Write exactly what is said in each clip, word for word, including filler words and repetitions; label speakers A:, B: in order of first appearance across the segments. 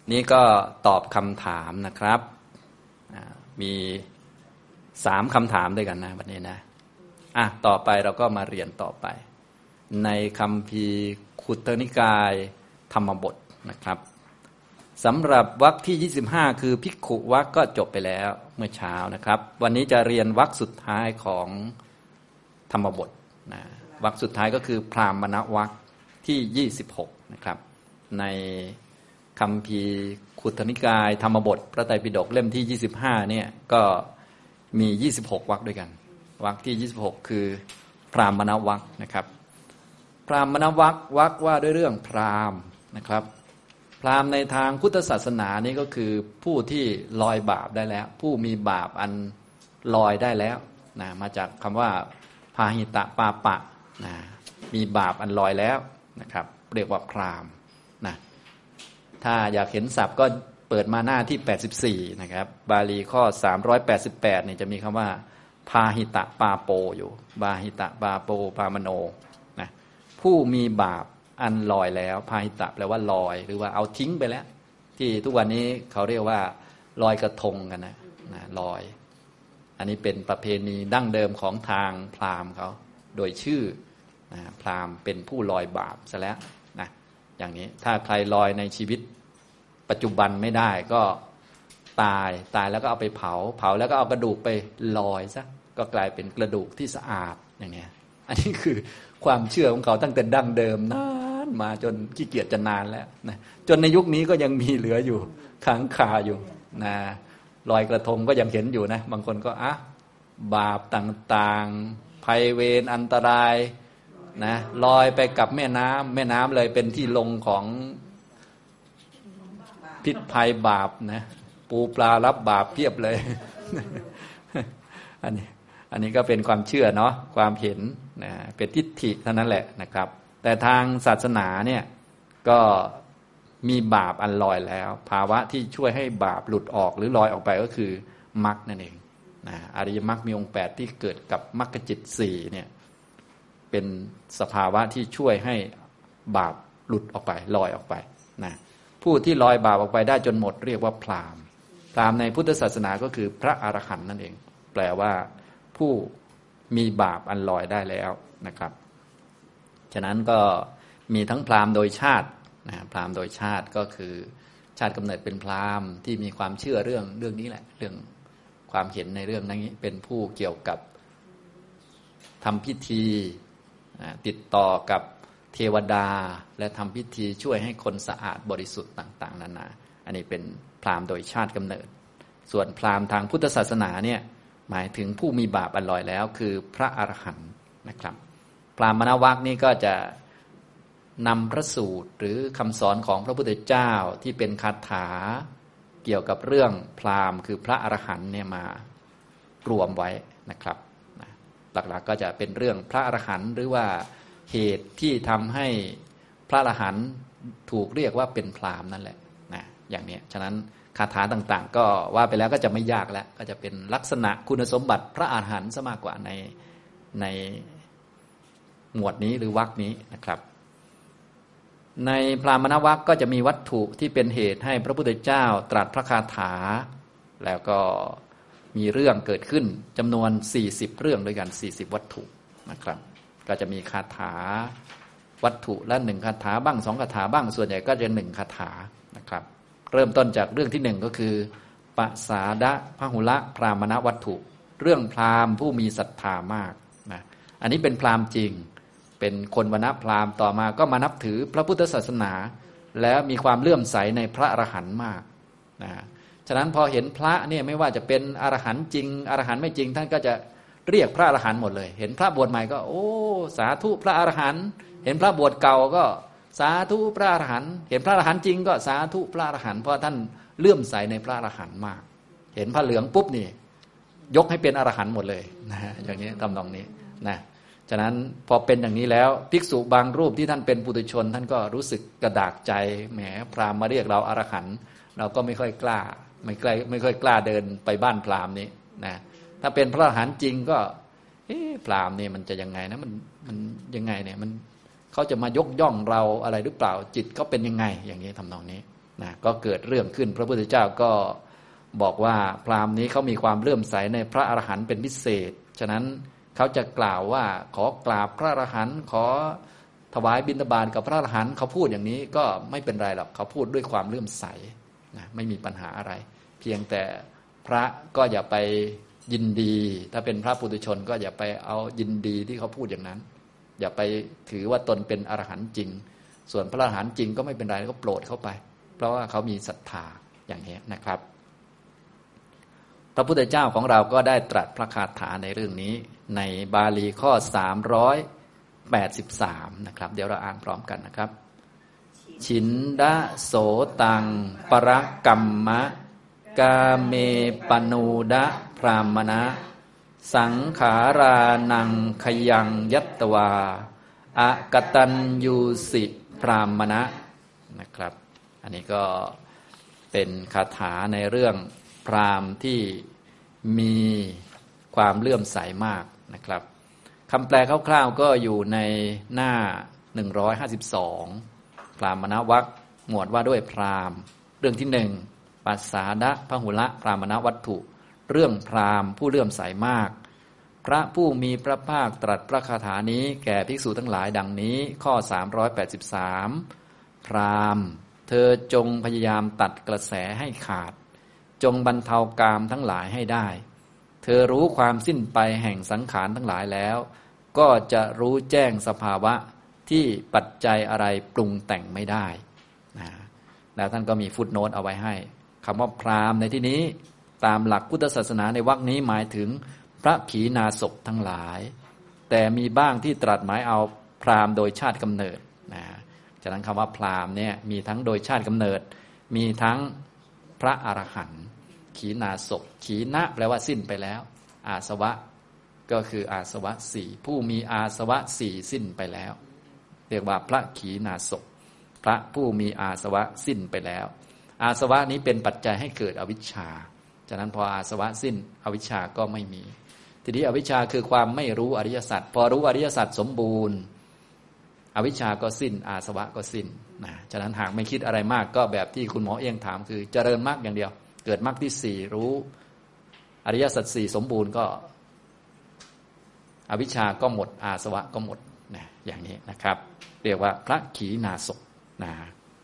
A: นี่ก็ตอบคำถามนะครับมีสามคำถามด้วยกันนะวันนี้นะอ่ะต่อไปเราก็มาเรียนต่อไปในคัมภีร์ขุทนิกายธรรมบทนะครับสำหรับวรรคที่ยี่สิบห้าคือภิกขุวรรคก็จบไปแล้วเมื่อเช้านะครับวันนี้จะเรียนวรรคสุดท้ายของธรรมบทนะวรรคสุดท้ายก็คือพราหมณวรรคที่ยี่สิบหกนะครับในคัมภีร์ขุทนิกายธรรมบทพระไตรปิฎกเล่มที่ยี่สิบห้าเนี่ยก็มียี่สิบหกวรรคด้วยกันวรรคที่ยี่สิบหกคือพราหมณวรรคนะครับพราหมณวรรควรรคว่าด้วยเรื่องพราหมณ์นะครับพราหมณ์ในทางพุทธศาสนานี่ก็คือผู้ที่ลอยบาปได้แล้วผู้มีบาปอันลอยได้แล้วนะมาจากคำว่าพาหิตะปาปะนะมีบาปอันลอยแล้วนะครับเรียกว่าพราหมณ์นะถ้าอยากเห็นศัพท์ก็เปิดมาหน้าที่แปดสิบสี่นะครับบาลีข้อสามร้อยแปดสิบแปดนี่จะมีคำว่าพาหิตะปาโปอยู่บาหิตะปาโปปามโนนะผู้มีบาปอันลอยแล้วพาหิตะแปลว่าลอยหรือว่าเอาทิ้งไปแล้วที่ทุกวันนี้เขาเรียกว่าลอยกระทงกันนะนะลอยอันนี้เป็นประเพณีดั้งเดิมของทางพราหมณ์เขาโดยชื่อนะพราหมณ์เป็นผู้ลอยบาปซะแล้วนะอย่างนี้ถ้าใครลอยในชีวิตปัจจุบันไม่ได้ก็ตายตายแล้วก็เอาไปเผาเผาแล้วก็เอากระดูกไปลอยซะก็กลายเป็นกระดูกที่สะอาดอย่างนี้อันนี้คือความเชื่อของเขาตั้งแต่ดั้งเดิมนานมาจนขี้เกียจจะนานแล้วนะจนในยุคนี้ก็ยังมีเหลืออยู่ค้างคาอยู่นะลอยกระทงก็ยังเห็นอยู่นะบางคนก็อ่ะบาปต่างๆภัยเวรอันตรายนะลอยไปกับแม่น้ำแม่น้ำเลยเป็นที่ลงของพิษภัยบาปนะปูปลารับบาปเพียบเลย อันนี้อันนี้ก็เป็นความเชื่อเนาะความเห็นนะเป็นทิฏฐิเท่านั้นแหละนะครับแต่ทางศาสนาเนี่ยก็มีบาปอันลอยแล้วภาวะที่ช่วยให้บาปหลุดออกหรือลอยออกไปก็คือมรรคนั่นเองนะอริยมรรคมีองค์แปดที่เกิดกับมรรคจิตสี่เนี่ยเป็นสภาวะที่ช่วยให้บาปหลุดออกไปลอยออกไปนะผู้ที่ลอยบาปออกไปได้จนหมดเรียกว่าพราหมณ์พราหมณ์ในพุทธศาสนาก็คือพระอรหันต์นั่นเองแปลว่าผู้มีบาปอันลอยได้แล้วนะครับฉะนั้นก็มีทั้งพราหมณ์โดยชาตินะพราหมณ์โดยชาติก็คือชาติกำเนิดเป็นพราหมณ์ที่มีความเชื่อเรื่องเรื่องนี้แหละเรื่องความเห็นในเรื่องนี้เป็นผู้เกี่ยวกับทำพิธีติดต่อกับเทวดาและทำพิธีช่วยให้คนสะอาดบริสุทธิ์ต่างๆนานาอันนี้เป็นพราหมณ์โดยชาติกำเนิดส่วนพราหมณ์ทางพุทธศาสนาเนี่ยหมายถึงผู้มีบาปอันลอยแล้วคือพระอรหันต์นะครับพราหมณวรรคนี่ก็จะนำพระสูตรหรือคำสอนของพระพุทธเจ้าที่เป็นคาถาเกี่ยวกับเรื่องพราหมณ์คือพระอรหันต์เนี่ยมารวมไว้นะครับหลักๆก็จะเป็นเรื่องพระอรหันต์หรือว่าเหตุที่ทำให้พระอรหันต์ถูกเรียกว่าเป็นพราหมณ์นั่นแหละนะอย่างนี้ฉะนั้นคาถาต่างๆก็ว่าไปแล้วก็จะไม่ยากแล้วก็จะเป็นลักษณะคุณสมบัติพระอรหันต์ซะมากกว่าในในหมวดนี้หรือวรรคนี้นะครับในพราหมณวรรคก็จะมีวัตถุที่เป็นเหตุให้พระพุทธเจ้าตรัสพระคาถาแล้วก็มีเรื่องเกิดขึ้นจำนวนสี่สิบเรื่องด้วยกันสี่สิบวัตถุนะครับก็จะมีคาถาวัตถุละหนึ่งคาถาบ้างสองคาถาบ้างส่วนใหญ่ก็จะหนึ่งคาถานะครับเริ่มต้นจากเรื่องที่หนึ่งก็คือปสาดะพหุละพราหมณวัตถุเรื่องพราหมณ์ผู้มีศรัทธามากนะอันนี้เป็นพราหมณ์จริงเป็นคนวรรณพราหมณ์ต่อมาก็มานับถือพระพุทธศาสนาแล้วมีความเลื่อมใสในพระอรหันต์มากนะฉะนั้นพอเห็นพระเนี่ยไม่ว่าจะเป็นอรหันต์จริงอรหันต์ไม่จริงท่านก็จะเรียกพระอรหันต์หมดเลยเห็นพระบวชใหม่ก็โอ้สาธุพระอรหันต์เห็นพระบวชเก่าก็สาธุพระอรหันต์เห็นพระอรหันต์จริงก็สาธุพระอรหันต์เพราะท่านเลื่อมใสในพระอรหันต์มากเห็นพระเหลืองปุ๊บนี่ยกให้เป็นอรหันต์หมดเลยนะอย่างนี้ทำนองนี้นะฉะนั้นพอเป็นอย่างนี้แล้วภิกษุบางรูปที่ท่านเป็นปุถุชนท่านก็รู้สึกกระดากใจแหมพราหมณ์มาเรียกเราอรหันต์เราก็ไม่ค่อยกล้าไม่กล้าไม่ค่อยกล้าเดินไปบ้านพราหมณ์นี้นะถ้าเป็นพระอรหันต์จริงก็เอ๊ะพราหมณ์นี่มันจะยังไงนะมันมันยังไงเนี่ยมันเขาจะมายกย่องเราอะไรหรือเปล่าจิตเขาเป็นยังไงอย่างนี้ทำนองนี้นะก็เกิดเรื่องขึ้นพระพุทธเจ้าก็บอกว่าพราหมณ์นี้เขามีความเลื่อมใสในพระอรหันต์เป็นพิเศษฉะนั้นเขาจะกล่าวว่าขอกราบพระอรหันต์ขอถวายบิณฑบาตกับพระอรหันต์เขาพูดอย่างนี้ก็ไม่เป็นไรหรอกเขาพูดด้วยความเลื่อมใสนะไม่มีปัญหาอะไรเพียงแต่พระก็อย่าไปยินดีถ้าเป็นพระปุถุชนก็อย่าไปเอายินดีที่เขาพูดอย่างนั้นอย่าไปถือว่าตนเป็นอรหันต์จริงส่วนพระอรหันต์จริงก็ไม่เป็นไรก็โปรดเข้าไปเพราะว่าเขามีศรัทธาอย่างนี้นะครับพระพุทธเจ้าของเราก็ได้ตรัสพระคาถาในเรื่องนี้ในบาลีข้อสามร้อยแปดสิบสามนะครับเดี๋ยวเราอ่านพร้อมกันนะครับฉินดะโสตังปรกัมมะกาเมปนูดะพรามณะสังขารานังขยังยัตตวาอะกตัญญูสิพรามณะนะครับอันนี้ก็เป็นคาถาในเรื่องพราหมณ์ที่มีความเลื่อมใสมากนะครับคำแปลคร่าวๆก็อยู่ในหน้าหนึ่งร้อยห้าสิบสองพรามณวรรคหมวดว่าด้วยพราหมณ์เรื่องที่หนึ่งปัสสาดะพหุละพรามณวัตถุเรื่องพราหมณ์ผู้เลื่อมใสมากพระผู้มีพระภาคตรัสพระคาถานี้แก่ภิกษุทั้งหลายดังนี้ข้อสามร้อยแปดสิบสามพราหมณ์เธอจงพยายามตัดกระแสให้ขาดจงบรรเทากามทั้งหลายให้ได้เธอรู้ความสิ้นไปแห่งสังขารทั้งหลายแล้วก็จะรู้แจ้งสภาวะที่ปัจจัยอะไรปรุงแต่งไม่ได้นะแล้วท่านก็มีฟุตโนตเอาไว้ให้คำว่าพราหมณ์ในที่นี้ตามหลักพุทธศาสนาในวรรคนี้หมายถึงพระขีณาสพทั้งหลายแต่มีบ้างที่ตรัสหมายเอาพราหมณ์โดยชาติกำเนิดนะฉะนั้นคำว่าพราหมณ์เนี่ยมีทั้งโดยชาติกำเนิดมีทั้งพระอรหันต์ขีณาสพขีณะแปลว่าสิ้นไปแล้วอาสวะก็คืออาสวะสี่ผู้มีอาสวะสี่สิ้นไปแล้วเรียกว่าพระขีณาสพพระผู้มีอาสวะสิ้นไปแล้วอาสวะนี้เป็นปัจจัยให้เกิดอวิชชาฉะนั้นพออาสวะสิ้นอวิชชาก็ไม่มีทีนี้อวิชชาคือความไม่รู้อริยสัจพอรู้อริยสัจสมบูรณ์อวิชชาก็สิ้นอาสวะก็สิ้นนะฉะนั้นหากไม่คิดอะไรมากก็แบบที่คุณหมอเอี้ยงถามคือเจริญมรรคอย่างเดียวเกิดมรรคที่สี่รู้อริยสัจสี่สมบูรณ์ก็อวิชชาก็หมดอาสวะก็หมดนะอย่างนี้นะครับเรียกว่าพระขีณาสพนะ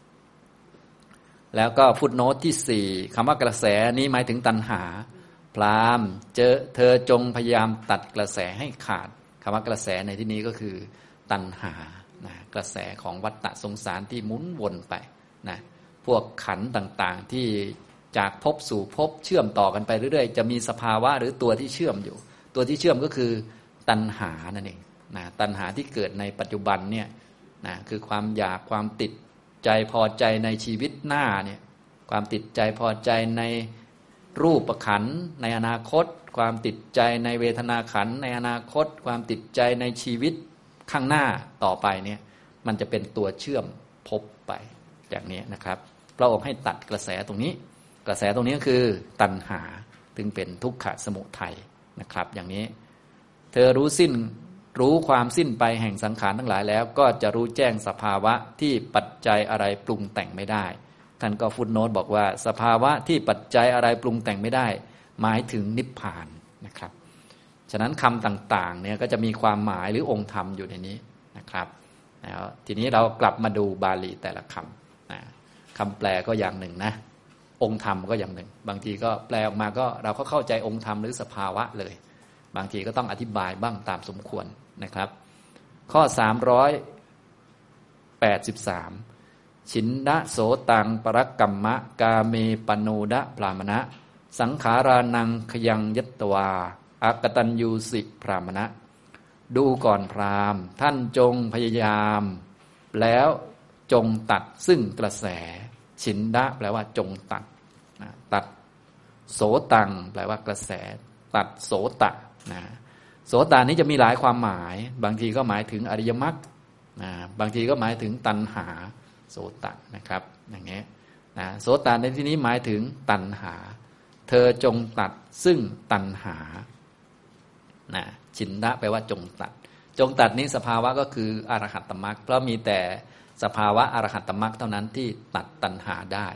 A: แล้วก็ฟุตโนตที่สี่คำว่ากระแสนี้หมายถึงตัณหาพราหมณ์เจอเธอจงพยายามตัดกระแสให้ขาดคำว่ากระแสในที่นี้ก็คือตัณหานะกระแสของวัฏฏะสงสารที่หมุนวนไปนะพวกขันธ์ต่างๆที่จากภพสู่ภพเชื่อมต่อกันไปเรื่อยๆจะมีสภาวะหรือตัวที่เชื่อมอยู่ตัวที่เชื่อมก็คือตัณหานั่นเองนะตัณหาที่เกิดในปัจจุบันเนี่ยนะคือความอยากความติดใจพอใจในชีวิตหน้าเนี่ยความติดใจพอใจในรูปขันธ์ในอนาคตความติดใจในเวทนาขันธ์ในอนาคตความติดใจในชีวิตข้างหน้าต่อไปเนี่ยมันจะเป็นตัวเชื่อมพบไปอย่างนี้นะครับพระองค์ให้ตัดกระแสตรงนี้กระแสตรงนี้ก็คือตัณหาถึงเป็นทุกขสมุทัยนะครับอย่างนี้เธอรู้สิ้นรู้ความสิ้นไปแห่งสังขารทั้งหลายแล้วก็จะรู้แจ้งสภาวะที่ปัจจัยอะไรปรุงแต่งไม่ได้ท่านก็ฟุตโนตบอกว่าสภาวะที่ปัจจัยอะไรปรุงแต่งไม่ได้หมายถึงนิพพานนะครับฉะนั้นคำต่างๆเนี่ยก็จะมีความหมายหรือองค์ธรรมอยู่ในนี้นะครับแล้วทีนี้เรากลับมาดูบาลีแต่ละคำนะคำแปลก็อย่างหนึ่งนะองค์ธรรมก็อย่างหนึ่งบางทีก็แปลออกมาก็เราก็เข้าใจองค์ธรรมหรือสภาวะเลยบางทีก็ต้องอธิบายบ้างตามสมควรนะครับข้อสามร้อยแปดสิบสามฉินดะโสตังปรกัมมะกาเมปนูดะพรามณะสังขารานังขยังยัตตวาอักตัญญูสิพรามณะดูก่อนพราหมณ์ท่านจงพยายามแล้วจงตัดซึ่งกระแสฉินดะแปลว่าจงตัดตัดโสตังแปลว่ากระแสตัดโสตะนะโสตานี้จะมีหลายความหมายบางทีก็หมายถึงอริยมรรคนะบางทีก็หมายถึงตัณหาโสตะนะครับอย่างเงี้ยนะโสตาในที่นี้หมายถึงตัณหาเธอจงตัดซึ่งตัณหานะฉินดะแปลว่าจงตัดจงตัดนี้สภาวะก็คืออรหัตตมรรคเพราะมีแต่สภาวะอรหัตตมรรคเท่านั้นที่ตัดตัณหาได้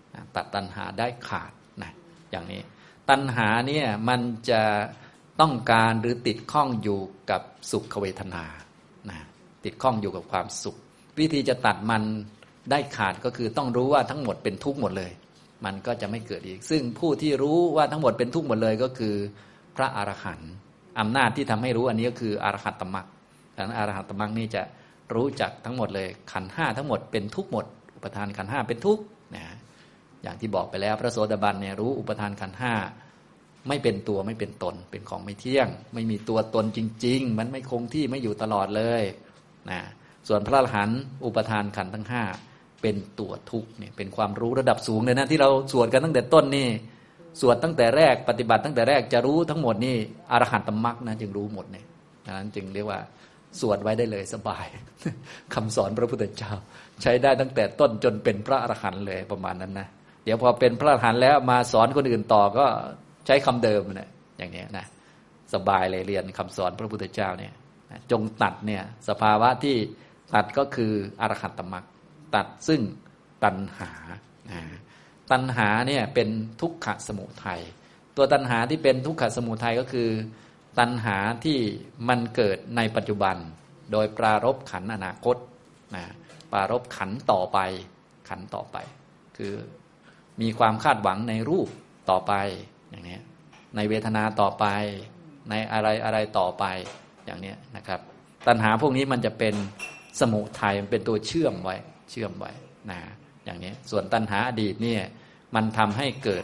A: ตัดตัณหาได้ขาดนะอย่างนี้ตัณหาเนี่ยมันจะต้องการหรือติดข้องอยู่กับสุขเวทนานะติดข้องอยู่กับความสุขวิธีจะตัดมันได้ขาดก็คือต้องรู้ว่าทั้งหมดเป็นทุกข์หมดเลยมันก็จะไม่เกิดอีกซึ่งผู้ที่รู้ว่าทั้งหมดเป็นทุกข์หมดเลยก็คือพระอรหันต์อำนาจที่ทำให้รู้อันนี้ก็คืออรหัตตมรรคดังนั้นอรหัตตมรรคนี่จะรู้จักทั้งหมดเลยขันธ์ห้าทั้งหมดเป็นทุกข์หมดอุปทานขันธ์ห้าเป็นทุกข์นะอย่างที่บอกไปแล้วพระโสดาบันเนี่ยรู้อุปทานขันธ์ห้าไม่เป็นตัวไม่เป็นตนเป็นของไม่เที่ยงไม่มีตัวตนจริงๆมันไม่คงที่ไม่อยู่ตลอดเลยนะส่วนพระอรหันต์อุปทานขันธ์ทั้งห้าเป็นตัวทุกข์เนี่ยเป็นความรู้ระดับสูงเลยนะที่เราสวดกันตั้งแต่ต้นนี่สวดตั้งแต่แรกปฏิบัติตั้งแต่แรกจะรู้ทั้งหมดนี่อรหันตมรรคนะจึงรู้หมดเนี่ยดังนั้นจึงเรียกว่าสวดไว้ได้เลยสบาย คำสอนพระพุทธเจ้าใช้ได้ตั้งแต่ต้นจนเป็นพระอรหันต์เลยประมาณนั้นนะเดี๋ยวพอเป็นพระอรหันต์แล้วมาสอนคนอื่นต่อก็ใช้คำเดิมนะอย่างนี้นะสบายเลยเรียนคำสอนพระพุทธเจ้าเนี่ยจงตัดเนี่ยสภาวะที่ตัดก็คืออรหันตมรรคตัดซึ่งตัณหาตัณหาเนี่ยเป็นทุกขสมุทัยตัวตัณหาที่เป็นทุกขสมุทัยก็คือตัณหาที่มันเกิดในปัจจุบันโดยปรารภขันธ์อนาคตนะปรารภขันธ์ต่อไปขันธ์ต่อไปคือมีความคาดหวังในรูปต่อไปอย่างนี้ในเวทนาต่อไปในอะไรอะไรต่อไปอย่างนี้นะครับตัณหาพวกนี้มันจะเป็นสมุทัยมันเป็นตัวเชื่อมไว้เชื่อมไว้นะอย่างนี้ส่วนตัณหาอดีตเนี่ยมันทำให้เกิด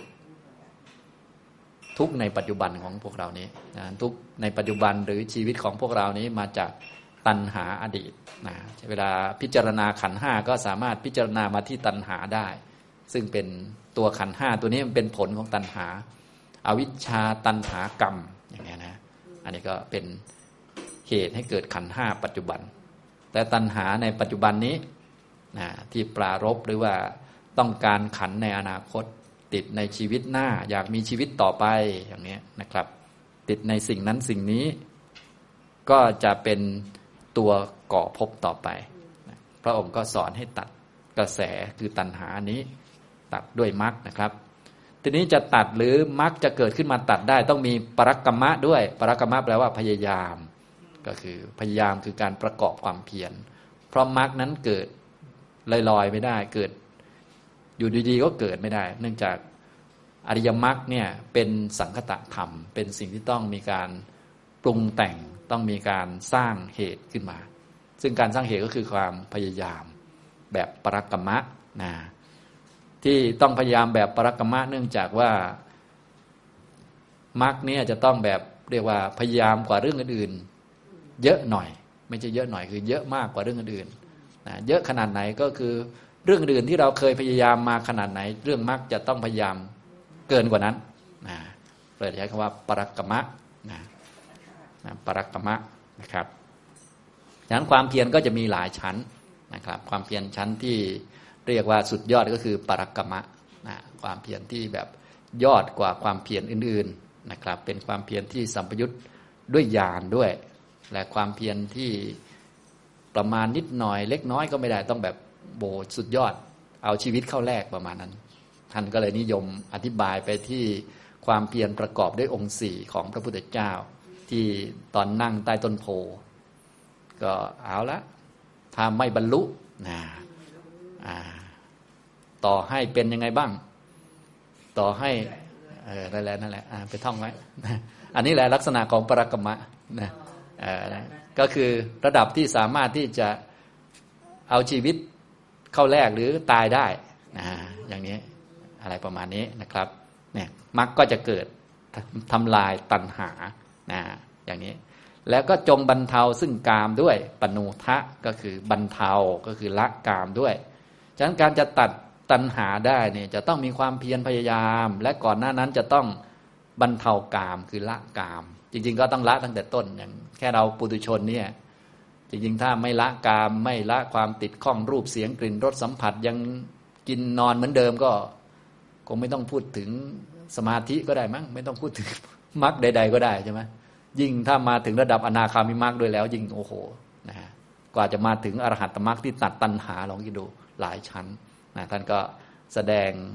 A: ทุกข์ในปัจจุบันของพวกเรานี้นะทุกข์ในปัจจุบันหรือชีวิตของพวกเรานี้มาจากตัณหาอดีตนะเวลาพิจารณาขันธ์ห้าก็สามารถพิจารณามาที่ตัณหาได้ซึ่งเป็นตัวขันธ์ห้าตัวนี้มันเป็นผลของตัณหาอวิชชาตัณหากรรมอย่างนี้นะอันนี้ก็เป็นเหตุให้เกิดขันธ์ห้าปัจจุบันแต่ตัณหาในปัจจุบันนี้นะที่ปรารภหรือว่าต้องการขันธ์ในอนาคตติดในชีวิตหน้าอยากมีชีวิตต่อไปอย่างนี้นะครับติดในสิ่งนั้นสิ่งนี้ก็จะเป็นตัวก่อภพต่อไปนะพระองค์ก็สอนให้ตัดกระแสคือตัณหานี้ตัดด้วยมรรคนะครับทีนี้จะตัดหรือมรรคจะเกิดขึ้นมาตัดได้ต้องมีปรักกมะด้วยปรักกมะแปลว่าพยายามก็คือพยายามคือการประกอบความเพียรเพราะมรรคนั้นเกิดลอยๆไม่ได้เกิดอยู่ดีๆก็เกิดไม่ได้เนื่องจากอริยมรรคเนี่ยเป็นสังคตธรรมเป็นสิ่งที่ต้องมีการปรุงแต่งต้องมีการสร้างเหตุขึ้นมาซึ่งการสร้างเหตุก็คือความพยายามแบบปรักกมะนะที่ต้องพยายามแบบปรักกมะเนื่องจากว่ามรรคเนี่ยจะต้องแบบเรียกว่าพยายามกว่าเรื่องอื่นๆเยอะหน่อยไม่ใช่เยอะหน่อยคือเยอะมากกว่าเรื่องอื่นๆนะเยอะขนาดไหนก็คือเรื่องอื่นที่เราเคยพยายามมาขนาดไหนเรื่องมรรคจะต้องพยายามเกินกว่านั้นนะเลยใช้คำว่าปรักกมะนะนะปรักกมะนะครับฉะนั้นความเพียรก็จะมีหลายชั้นนะครับความเพียรชั้นที่เรียกว่าสุดยอดก็คือปรักกมะนะความเพียรที่แบบยอดกว่าความเพียรอื่นๆนะครับเป็นความเพียรที่สัมปยุตด้วยญาณด้วยและความเพียรที่ประมาณนิดหน่อยเล็กน้อยก็ไม่ได้ต้องแบบโบสุดยอดเอาชีวิตเข้าแลกประมาณนั้นท่านก็เลยนิยมอธิบายไปที่ความเพียรประกอบด้วยองค์สี่ของพระพุทธเจ้าที่ตอนนั่งใต้ต้นโพก็เอาละถ้าไม่บรรลุนะต่อให้เป็นยังไงบ้างต่อให้เออนั่นแหละนั่นแหละไปท่องไว้อันนี้แหละลักษณะของปรักกมะนะก็คือระดับที่สามารถที่จะเอาชีวิตเข้าแลกหรือตายได้นะอย่างนี้อะไรประมาณนี้นะครับเนี่ยมรรคก็จะเกิดทำลายตัณหานะอย่างนี้แล้วก็จงบรรเทาซึ่งกามด้วยปนูทะก็คือบรรเทาก็คือละกามด้วยฉะนั้นการจะตัดตัณหาได้เนี่ยจะต้องมีความเพียรพยายามและก่อนหน้านั้นจะต้องบรรเทากามคือละกามจริงๆก็ต้องละตั้งแต่ต้นอย่างแค่เราปุถุชนเนี่ยจริงๆถ้าไม่ละกามไม่ละความติดข้องรูปเสียงกลิ่นรสสัมผัสยังกินนอนเหมือนเดิมก็คงไม่ต้องพูดถึงสมาธิก็ได้มั้งไม่ต้องพูดถึงมรรคใดๆก็ได้ใช่ไหมยิ่งถ้ามาถึงระดับอนาคามิมรรคด้วยแล้วยิ่งโอ้โหนะฮะกว่าจะมาถึงอรหัตตมรรคที่ตัดตัณหาลองคิดดูหลายชั้นนะท่านก็แสดง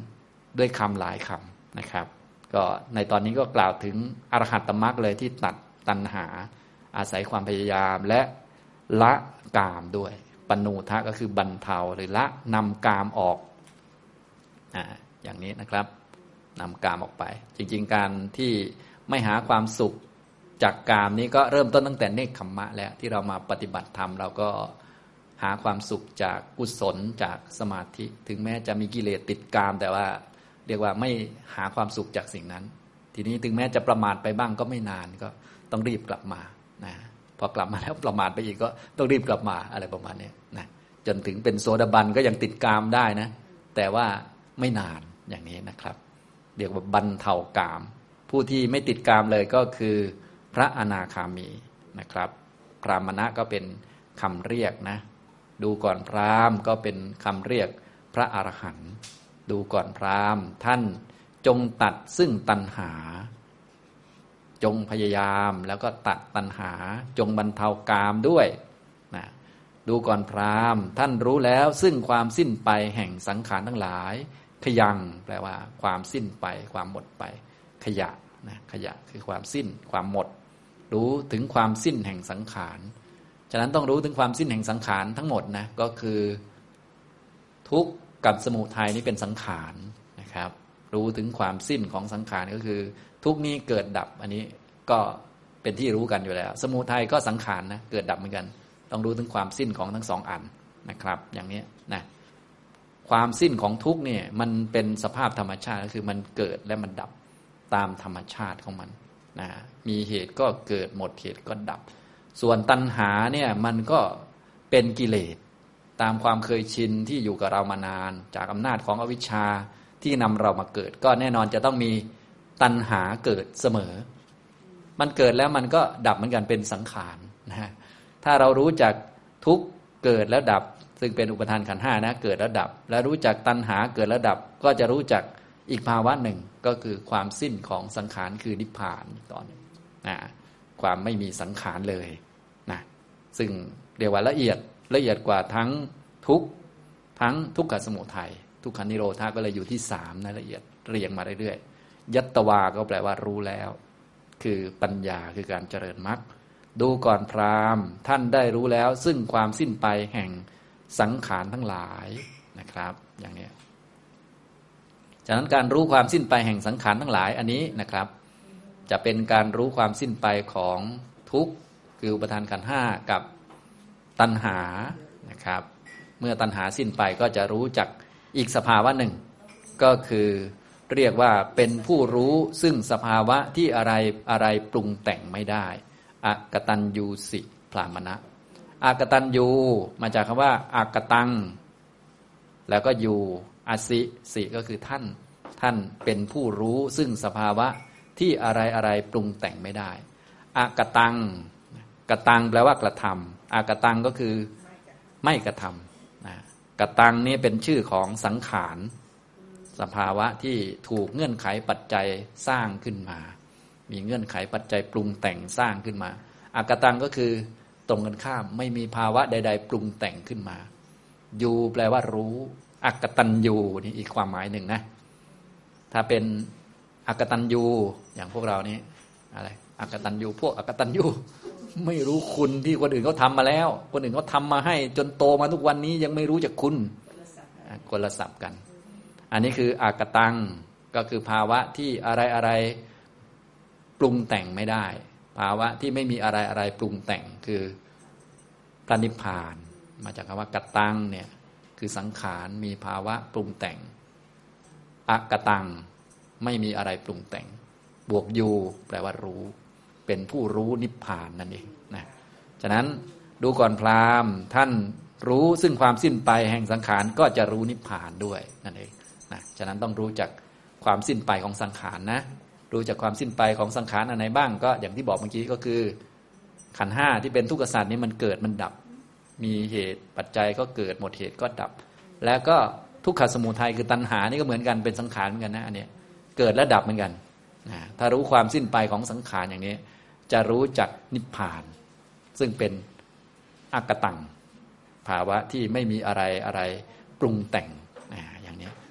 A: ด้วยคำหลายคำนะครับก็ในตอนนี้ก็กล่าวถึงอรหัตตมรรคเลยที่ตัดตัณหาอาศัยความพยายามและละกามด้วยปณูทะก็คือบรรเทาหรือละนำกามออกอ่าอย่างนี้นะครับนำกามออกไปจริงๆการที่ไม่หาความสุขจากกามนี้ก็เริ่มต้นตั้งแต่เนกขัมมะแล้วที่เรามาปฏิบัติธรรมเราก็หาความสุขจากกุศลจากสมาธิถึงแม้จะมีกิเลสติดกามแต่ว่าเรียกว่าไม่หาความสุขจากสิ่งนั้นทีนี้ถึงแม้จะประมาทไปบ้างก็ไม่นานก็ต้องรีบกลับมานะพอกลับมาแล้วประมาทไปอีกก็ต้องรีบกลับมาอะไรประมาณนี้นะจนถึงเป็นโสดาบันก็ยังติดกามได้นะแต่ว่าไม่นานอย่างนี้นะครับเรียกว่าบรรเทากามผู้ที่ไม่ติดกามเลยก็คือพระอนาคามีนะครับพรามณะก็เป็นคำเรียกนะดูก่อนพราหมณ์ก็เป็นคำเรียกพระอรหันต์ดูก่อนพราหมณ์ท่านจงตัดซึ่งตัณหาจงพยายามแล้วก็ตัดตัณหาจงบรรเทากามด้วยนะดูก่อนพราหมณ์ท่านรู้แล้วซึ่งความสิ้นไปแห่งสังขารทั้งหลายขยังแปลว่าความสิ้นไปความหมดไปขยะนะขยะคือความสิ้นความหมดรู้ถึงความสิ้นแห่งสังขารฉะนั้นต้องรู้ถึงความสิ้นแห่งสังขารทั้งหมดนะก็คือทุกข์กับสมุทัยนี้เป็นสังขารนะครับรู้ถึงความสิ้นของสังขารก็คือทุกข์นี้เกิดดับอันนี้ก็เป็นที่รู้กันอยู่แล้วสมุทัยก็สังขารนะเกิดดับเหมือนกันต้องรู้ถึงความสิ้นของทั้งสองอันนะครับอย่างนี้นะความสิ้นของทุกข์เนี่ยมันเป็นสภาพธรรมชาติก็คือมันเกิดและมันดับตามธรรมชาติของมันนะมีเหตุก็เกิดหมดเหตุก็ดับส่วนตัณหาเนี่ยมันก็เป็นกิเลสตามความเคยชินที่อยู่กับเรามานานจากอำนาจของอวิชชาที่นำเรามาเกิดก็แน่นอนจะต้องมีตัณหาเกิดเสมอมันเกิดแล้วมันก็ดับเหมือนกันเป็นสังขารนะฮะถ้าเรารู้จักทุกข์เกิดแล้วดับซึ่งเป็นอุปทานขันธ์ห้านะเกิดแล้วดับและรู้จักตัณหาเกิดแล้วดับก็จะรู้จักอีกภาวะหนึ่งก็คือความสิ้นของสังขารคือนิพพานตอนนี้นะความไม่มีสังขารเลยนะซึ่งเรียกว่าละเอียดละเอียดกว่าทั้งทุกข์ทั้งทุกขสมุทัยทุกขนิโรธาก็เลยอยู่ที่สามนะละเอียดเรียงมาเรื่อยๆยัตตวาก็แปลว่ารู้แล้วคือปัญญาคือการเจริญมรรคดูก่อนพราหมณ์ท่านได้รู้แล้วซึ่งความสิ้นไปแห่งสังขารทั้งหลายนะครับอย่างนี้ฉะนั้นการรู้ความสิ้นไปแห่งสังขารทั้งหลายอันนี้นะครับจะเป็นการรู้ความสิ้นไปของทุกข์คืออุปทานขันธ์ห้ากับตัณหานะครับเมื่อตัณหาสิ้นไปก็จะรู้จักอีกสภาวะหนึ่งก็คือเรียกว่าเป็นผู้รู้ซึ่งสภาวะที่อะไรอะไรปรุงแต่งไม่ได้อกตัญญูสิพรามณะอากตัญญูมาจากคำว่าอากตังแล้วก็ยูอสิสิก็คือท่านท่านเป็นผู้รู้ซึ่งสภาวะที่อะไรอะไรปรุงแต่งไม่ได้อากตังกตังแปลว่ากระทำอากตังก็คือไม่กระทำนะกตังนี้เป็นชื่อของสังขารสภาวะที่ถูกเงื่อนไขปัจจัยสร้างขึ้นมามีเงื่อนไขปัจจัยปรุงแต่งสร้างขึ้นมาอากตังก็คือตรงกันข้ามไม่มีภาวะใดๆปรุงแต่งขึ้นมายูแปลว่ารู้อักตัญญูนี่อีกความหมายหนึ่งนะถ้าเป็นอักตัญญูอย่างพวกเรานี้อะไรอักตัญญูพวกอักตัญญูไม่รู้คุณที่คนอื่นเขาทำมาแล้วคนอื่นเขาทำมาให้จนโตมาทุกวันนี้ยังไม่รู้จักคุณคนละศัพท์กันอันนี้คืออากตังก็คือภาวะที่อะไรอะไรปรุงแต่งไม่ได้ภาวะที่ไม่มีอะไรอะไรปรุงแต่งคือพระนิพพานมาจากคำว่ากัตตังเนี่ยคือสังขารมีภาวะปรุงแต่งอากตังไม่มีอะไรปรุงแต่งบวกยูแปลว่ารู้เป็นผู้รู้นิพพานนั่นเองนะฉะนั้นดูก่อนพราหมณ์ท่านรู้ซึ่งความสิ้นไปแห่งสังขารก็จะรู้นิพพานด้วยนั่นเองนะฉะนั้นต้องรู้จักความสิ้นไปของสังขารนะรู้จักความสิ้นไปของสังขารอันไหนบ้างก็อย่างที่บอกเมื่อกี้ก็คือขันธ์ห้าที่เป็นทุกขสัตว์นี้มันเกิดมันดับมีเหตุปัจจัยก็เกิดหมดเหตุก็ดับแล้วก็ทุกขสมุทัยคือตัณหานี่ก็เหมือนกันเป็นสังขารเหมือนกันนะอันนี้เกิดและดับเหมือนกันนะถ้ารู้ความสิ้นไปของสังขารอย่างนี้จะรู้จักนิพพานซึ่งเป็นอากตังภาวะที่ไม่มีอะไรอะไรปรุงแต่งนะอย่างนี้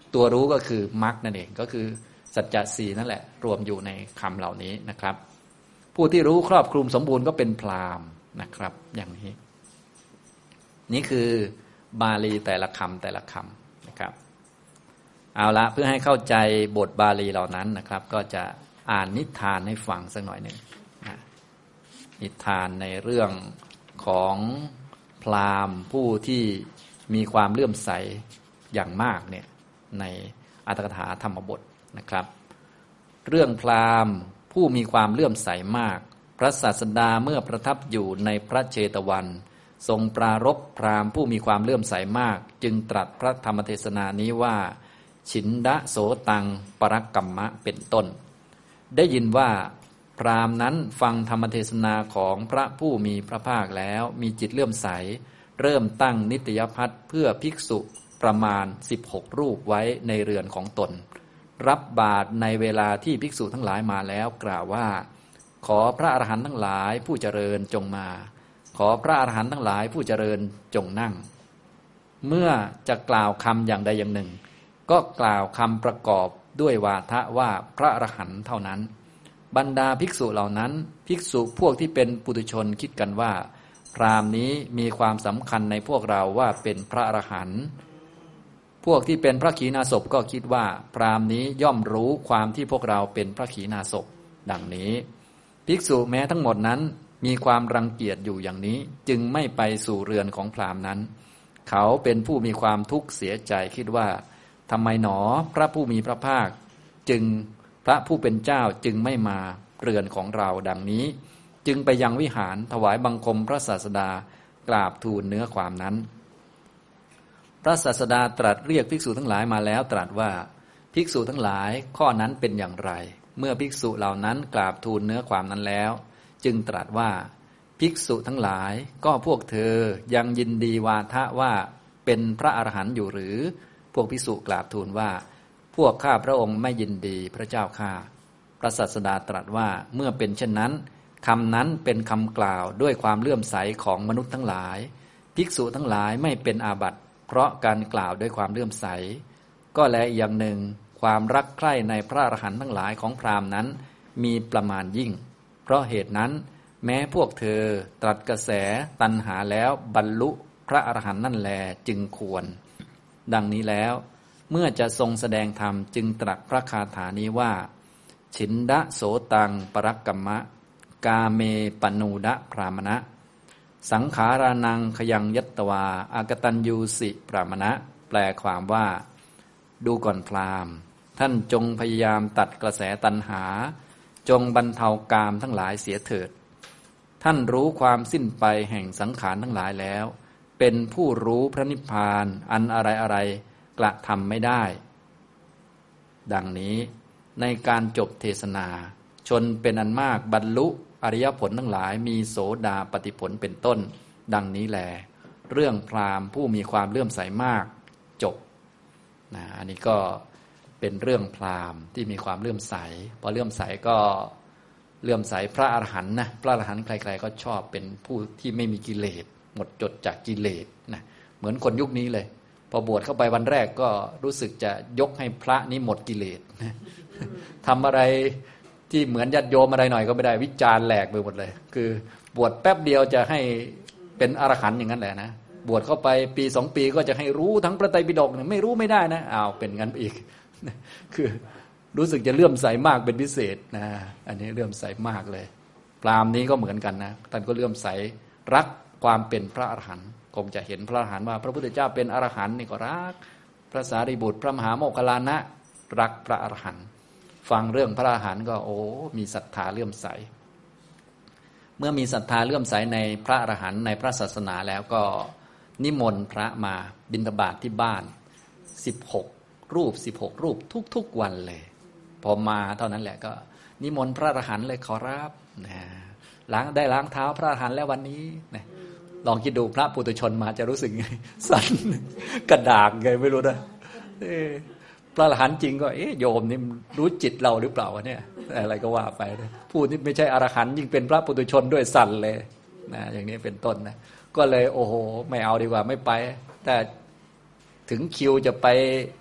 A: ตัวรู้ก็คือมรรคนั่นเองก็คือสัจจะสี่นั่นแหละรวมอยู่ในคำเหล่านี้นะครับผู้ที่รู้ครอบคลุมสมบูรณ์ก็เป็นพราหมณ์นะครับอย่างนี้นี่คือบาลีแต่ละคำแต่ละคำนะครับเอาละเพื่อให้เข้าใจบทบาลีเหล่านั้นนะครับก็จะอ่านนิทานให้ฟังสักหน่อยหนึ่งนะนิทานในเรื่องของพราหมณ์ผู้ที่มีความเลื่อมใสอย่างมากเนี่ยในอรรถกถาธรรมบทนะครับเรื่องพราหมณ์ผู้มีความเลื่อมใสมากพระศาสดาเมื่อประทับอยู่ในพระเชตวันทรงปรารภพราหมณ์ผู้มีความเลื่อมใสมากจึงตรัสพระธรรมเทศนานี้ว่าฉินดะโสตังปรักกัมมะเป็นต้นได้ยินว่าพราหมณ์นั้นฟังธรรมเทศนาของพระผู้มีพระภาคแล้วมีจิตเลื่อมใสเริ่มตั้งนิตยพัฒน์เพื่อภิกษุประมาณสิบหกรูปไว้ในเรือนของตนรับบาตรในเวลาที่ภิกษุทั้งหลายมาแล้วกล่าวว่าขอพระอรหันต์ทั้งหลายผู้เจริญจงมาขอพระอรหันต์ทั้งหลายผู้เจริญจงนั่งเมื่อจะกล่าวคำอย่างใดอย่างหนึ่งก็กล่าวคำประกอบด้วยวาทะว่าพระอรหันต์เท่านั้นบรรดาภิกษุเหล่านั้นภิกษุพวกที่เป็นปุถุชนคิดกันว่าพราหมณ์นี้มีความสำคัญในพวกเราว่าเป็นพระอรหันต์พวกที่เป็นพระขีณาสพก็คิดว่าพราหมณ์นี้ย่อมรู้ความที่พวกเราเป็นพระขีณาสพดังนี้ภิกษุแม้ทั้งหมดนั้นมีความรังเกียจอยู่อย่างนี้จึงไม่ไปสู่เรือนของพราหมณ์นั้นเขาเป็นผู้มีความทุกข์เสียใจคิดว่าทำไมหนอพระผู้มีพระภาคจึงพระผู้เป็นเจ้าจึงไม่มาเรือนของเราดังนี้จึงไปยังวิหารถวายบังคมพระศาสดากราบทูลเนื้อความนั้นพระศาสดาตรัสเรียกภิกษุทั้งหลายมาแล้วตรัสว่าภิกษุทั้งหลายข้อนั้นเป็นอย่างไรเมื่อภิกษุเหล่านั้นกราบทูลเนื้อความนั้นแล้วจึงตรัสว่าภิกษุทั้งหลายก็พวกเธอยังยินดีวาทะว่าเป็นพระอรหันต์อยู่หรือพวกภิกษุกราบทูลว่าพวกข้าพระองค์ไม่ยินดีพระเจ้าข้าพระศาสดาตรัสว่าเมื่อเป็นเช่นนั้นคำนั้นเป็นคำกล่าวด้วยความเลื่อมใสของมนุษย์ทั้งหลายภิกษุทั้งหลายไม่เป็นอาบัติเพราะการกล่าวด้วยความเลื่อมใสก็และอย่างหนึ่งความรักใคร่ในพระอรหันต์ทั้งหลายของพราหมณ์นั้นมีประมาณยิ่งเพราะเหตุนั้นแม้พวกเธอตรัสกระแสตัณหาแล้วบรรลุพระอรหันต์นั่นแลจึงควรดังนี้แล้วเมื่อจะทรงแสดงธรรมจึงตรัสพระคาถานี้ว่าฉินดะโสตังปรักกัมมะกาเมปนูดะพรามณะสังขารานังขยังยัตตวาอากตัญญูสิพรามณะแปลความว่าดูก่อนพราหมณ์ท่านจงพยายามตัดกระแสตัณหาจงบรรเทากามทั้งหลายเสียเถิดท่านรู้ความสิ้นไปแห่งสังขารทั้งหลายแล้วเป็นผู้รู้พระนิพพานอันอะไรอะไรกระทำไม่ได้ดังนี้ในการจบเทศนาชนเป็นอันมากบรรลุอริยผลทั้งหลายมีโสดาปัตติผลเป็นต้นดังนี้แลเรื่องพราหมณ์ผู้มีความเลื่อมใสมากจบนะอันนี้ก็เป็นเรื่องพราหมณ์ที่มีความเลื่อมใสพอเลื่อมใสก็เลื่อมใสพระอรหันต์นะพระอรหันต์ใครๆก็ชอบเป็นผู้ที่ไม่มีกิเลสหมดจดจากกิเลสนะเหมือนคนยุคนี้เลยพอบวชเข้าไปวันแรกก็รู้สึกจะยกให้พระนี้หมดกิเลสนะทำอะไรที่เหมือนญาติโยมอะไรหน่อยก็ไม่ได้วิจารณ์แหลกไปหมดเลยคือบวชแป๊บเดียวจะให้เป็นอรหันต์อย่างนั้นแหละนะบวชเข้าไปปีสองปีก็จะให้รู้ทั้งพระไตรปิฎกเนี่ยไม่รู้ไม่ได้นะอ้าวเป็นงั้นอีกคือรู้สึกจะเลื่อมใสมากเป็นพิเศษนะอันนี้เลื่อมใสมากเลยพราหมณ์นี้ก็เหมือนกันนะท่านก็เลื่อมใสรักความเป็นพระอรหันต์คงจะเห็นพระอรหันต์ว่าพระพุทธเจ้าเป็นอรหันต์นี่ก็รักพระสารีบุตรพระมหาโมคคัลลานะรักพระอรหันต์ฟังเรื่องพระอรหันต์ก็โอ้มีศรัทธาเลื่อมใสเมื่อมีศรัทธาเลื่อมใสในพระอรหันต์ในพระศาสนาแล้วก็นิมนต์พระมาบิณฑบาตที่บ้านสิบหกรูปสิบหกรูปทุกๆวันเลยพอมาเท่านั้นแหละก็นิมนต์พระอรหันต์เลยขอรับนะล้างได้ล้างเท้าพระอรหันต์แล้ววันนี้นะลองคิดดูพระปุถุชนมาจะรู้สึกไงสั่นกระดากไงไม่รู้นะพระอรหันต์จริงก็เอ๊ะโยมนี่รู้จิตเราหรือเปล่าวะเนี่ยอะไรก็ว่าไปนะผู้ที่ไม่ใช่อรหันต์ยิ่งเป็นพระปุถุชนด้วยสั่นเลยนะอย่างนี้เป็นต้นนะก็เลยโอ้โหไม่เอาดีกว่าไม่ไปแต่ถึงคิวจะไป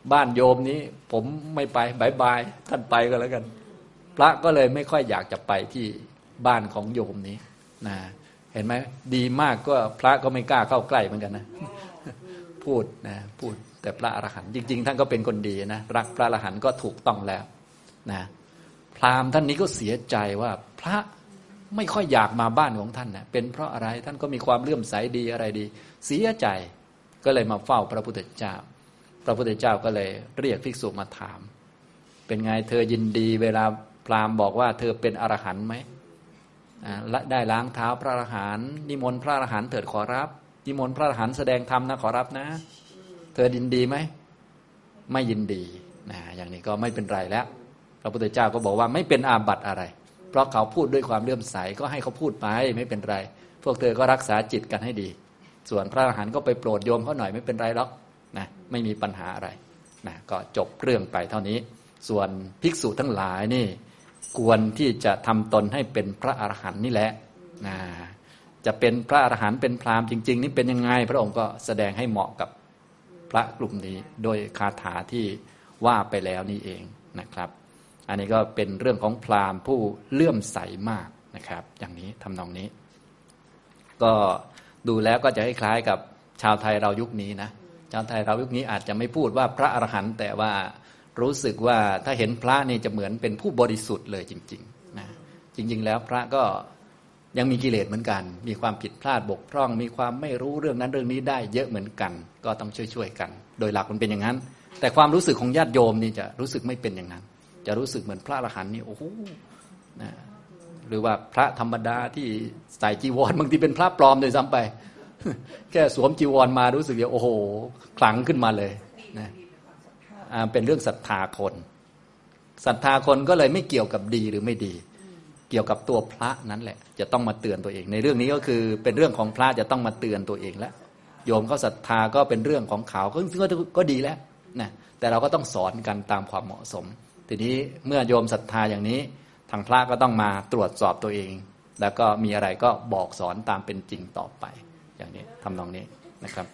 A: บ้านโยมนี้ผมไม่ไปบายบายท่านไปก็แล้วกันพระก็เลยไม่ค่อยอยากจะไปที่บ้านของโยมนี้นะเห็นไหมดีมากก็พระก็ไม่กล้าเข้าใกล้เหมือนกันนะพูดนะพูดแต่พระอรหันต์จริงๆท่านก็เป็นคนดีนะรักพระอรหันต์ก็ถูกต้องแล้วนะพราหมณ์ท่านนี้ก็เสียใจว่าพระไม่ค่อยอยากมาบ้านของท่านนะเป็นเพราะอะไรท่านก็มีความเลื่อมใสดีอะไรดีเสียใจก็เลยมาเฝ้าพระพุทธเจ้าพระพุทธเจ้าก็เลยเรียกภิกษุมาถามเป็นไงเธอยินดีเวลาพราหมณ์บอกว่าเธอเป็นอรหันต์ไหมได้ล้างเท้าพระอรหันต์นิมนต์พระอรหันต์เถิดขอรับนิมนต์พระอรหันต์แสดงธรรมนะขอรับนะเธอยินดีไหมไม่ยินดีนะอย่างนี้ก็ไม่เป็นไรแล้วพระพุทธเจ้าก็บอกว่าไม่เป็นอาบัติอะไรเพราะเขาพูดด้วยความเลื่อมใสก็ให้เขาพูดไปไม่เป็นไรพวกเธอก็รักษาจิตกันให้ดีส่วนพระอรหันต์ก็ไปโปรดโยมเขาหน่อยไม่เป็นไรหรอกนะไม่มีปัญหาอะไรนะก็จบเรื่องไปเท่านี้ส่วนภิกษุทั้งหลายนี่ควรที่จะทำตนให้เป็นพระอรหันต์นี่แหละนะจะเป็นพระอรหันต์เป็นพราหมณ์จริงๆนี่เป็นยังไงพระองค์ก็แสดงให้เหมาะกับพระกลุ่มนี้โดยคาถาที่ว่าไปแล้วนี่เองนะครับอันนี้ก็เป็นเรื่องของพราหมณ์ผู้เลื่อมใสมากนะครับอย่างนี้ทำนองนี้ก็ดูแล้วก็จะคล้ายๆกับชาวไทยเรายุคนี้นะชาวไทยเรายุคนี้อาจจะไม่พูดว่าพระอรหันต์แต่ว่ารู้สึกว่าถ้าเห็นพระนี่จะเหมือนเป็นผู้บริสุทธิ์เลยจริงๆนะจริงๆแล้วพระก็ยังมีกิเลสเหมือนกันมีความผิดพลาดบกพร่องมีความไม่รู้เรื่องนั้นเรื่องนี้ได้เยอะเหมือนกันก็ต้องช่วยๆกันโดยหลักมันเป็นอย่างนั้นแต่ความรู้สึกของญาติโยมนี่จะรู้สึกไม่เป็นอย่างนั้นจะรู้สึกเหมือนพระอรหันต์นี่โอ้โหนะหรือว่าพระธรรมดาที่ใส่จีวรบางทีเป็นพระปลอมโดยซ้ำไปแค่สวมจีวรมารู้สึกว่าโอ้โหขลังขึ้นมาเลยนะเป็นเรื่องศรัทธาคนศรัทธาคนก็เลยไม่เกี่ยวกับดีหรือไม่ดีเกี่ยวกับตัวพระนั้นแหละจะต้องมาเตือนตัวเองในเรื่องนี้ก็คือเป็นเรื่องของพระจะต้องมาเตือนตัวเองแล้วโยมเขาศรัทธาก็เป็นเรื่องของเขาซึ่งก็ก็ดีแล้วนะแต่เราก็ต้องสอนกันตามความเหมาะสมทีนี้เมื่อโยมศรัทธาอย่างนี้ทางพระก็ต้องมาตรวจสอบตัวเองแล้วก็มีอะไรก็บอกสอนตามเป็นจริงต่อไปอย่างนี้ทำนองนี้นะครับ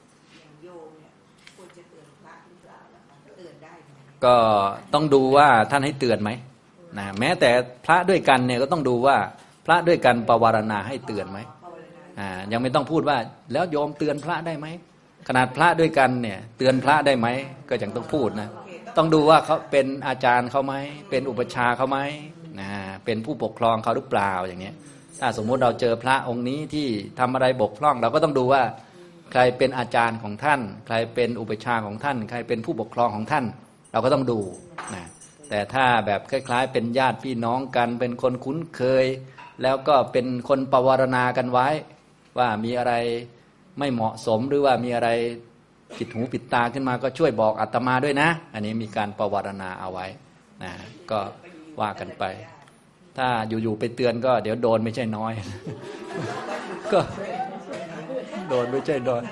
A: ก็ต้องดูว่าท่านให้เตือนไหมนะแม้แต่พระด้วยกันเนี่ยก็ต้องดูว่าพระด้วยกันปวารณาให้เตือนไหมอ่ายังไม่ต้องพูดว่าแล้วโยมเตือนพระได้ไหมขนาดพระด้วยกันเนี่ยเตือนพระได้ไหมก็ยังต้องพูดนะต้องดูว่าเขาเป็นอาจารย์เขาไหมเป็นอุปชาเขาไหมนะเป็นผู้ปกครองเขาหรือเปล่าอย่างเนี้ยถ้าสมมุติเราเจอพระองค์นี้ที่ทำอะไรบกพร่องเราก็ต้องดูว่าใครเป็นอาจารย์ของท่านใครเป็นอุปชาของท่านใครเป็นผู้ปกครองของท่านเราก็ต้องดูนะแต่ถ้าแบบคล้ายๆเป็นญาติพี่น้องกันเป็นคนคุ้นเคยแล้วก็เป็นคนปวารณากันไว้ว่ามีอะไรไม่เหมาะสมหรือว่ามีอะไรผิดหูผิดตาขึ้นมาก็ช่วยบอกอาตมาด้วยนะอันนี้มีการปวารณาเอาไว้นะก็ว่ากันไปถ้าอยู่ๆไปเตือนก็เดี๋ยวโดนไม่ใช่น้อย ก็โดนไม่ใช่น้อย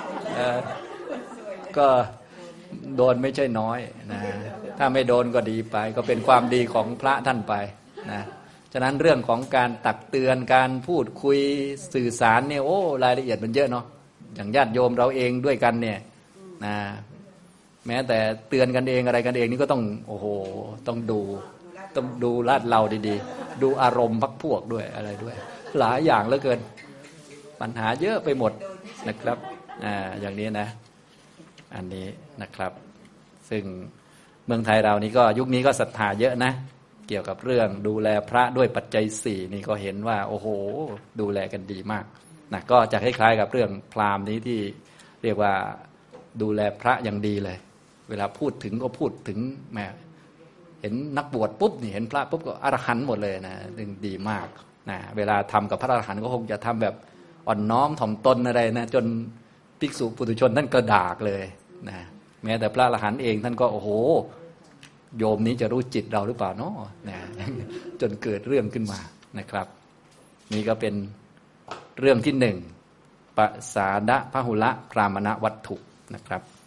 A: ก็โดนไม่ใช่น้อยนะถ้าไม่โดนก็ดีไปก็เป็นความดีของพระท่านไปนะฉะนั้นเรื่องของการตักเตือนการพูดคุยสื่อสารเนี่ยโอ้รายละเอียดมันเยอะเนาะอย่างญาติโยมเราเองด้วยกันเนี่ยนะแม้แต่เตือนกันเองอะไรกันเองนี่ก็ต้องโอ้โหต้องดูต้องดูลาดเราดีๆดูอารมณ์พรรคพวกด้วยอะไรด้วยหลายอย่างเหลือเกินปัญหาเยอะไปหมดนะครับอ่าอย่างนี้นะอันนี้นะครับซึ่งเมืองไทยเรานี่ก็ยุคนี้ก็ศรัทธาเยอะนะเกี่ยวกับเรื่องดูแลพระด้วยปัจจัยสี่นี่ก็เห็นว่าโอ้โหดูแลกันดีมากนะก็จะคล้ายๆกับเรื่องพราหมณ์นี้ที่เรียกว่าดูแลพระอย่างดีเลยเวลาพูดถึงก็พูดถึงแม่เห็นนักบวชปุ๊บนี่เห็นพระปุ๊บก็อรหันต์หมดเลยนะซึ่งดีมากนะเวลาทำกับพระอรหันต์ก็คงจะทำแบบอ่อนน้อมถ่อมตนอะไรนะจนภิกษุปุถุชนท่านกระดากเลยนะแม้แต่พระอรหันต์เองท่านก็โอ้โหโยมนี้จะรู้จิตเราหรือเปล่าเนาะนะจนเกิดเรื่องขึ้นมานะครับนี่ก็เป็นเรื่องที่หนึ่งปสาดะพหุละพรามณวัตถุนะครับ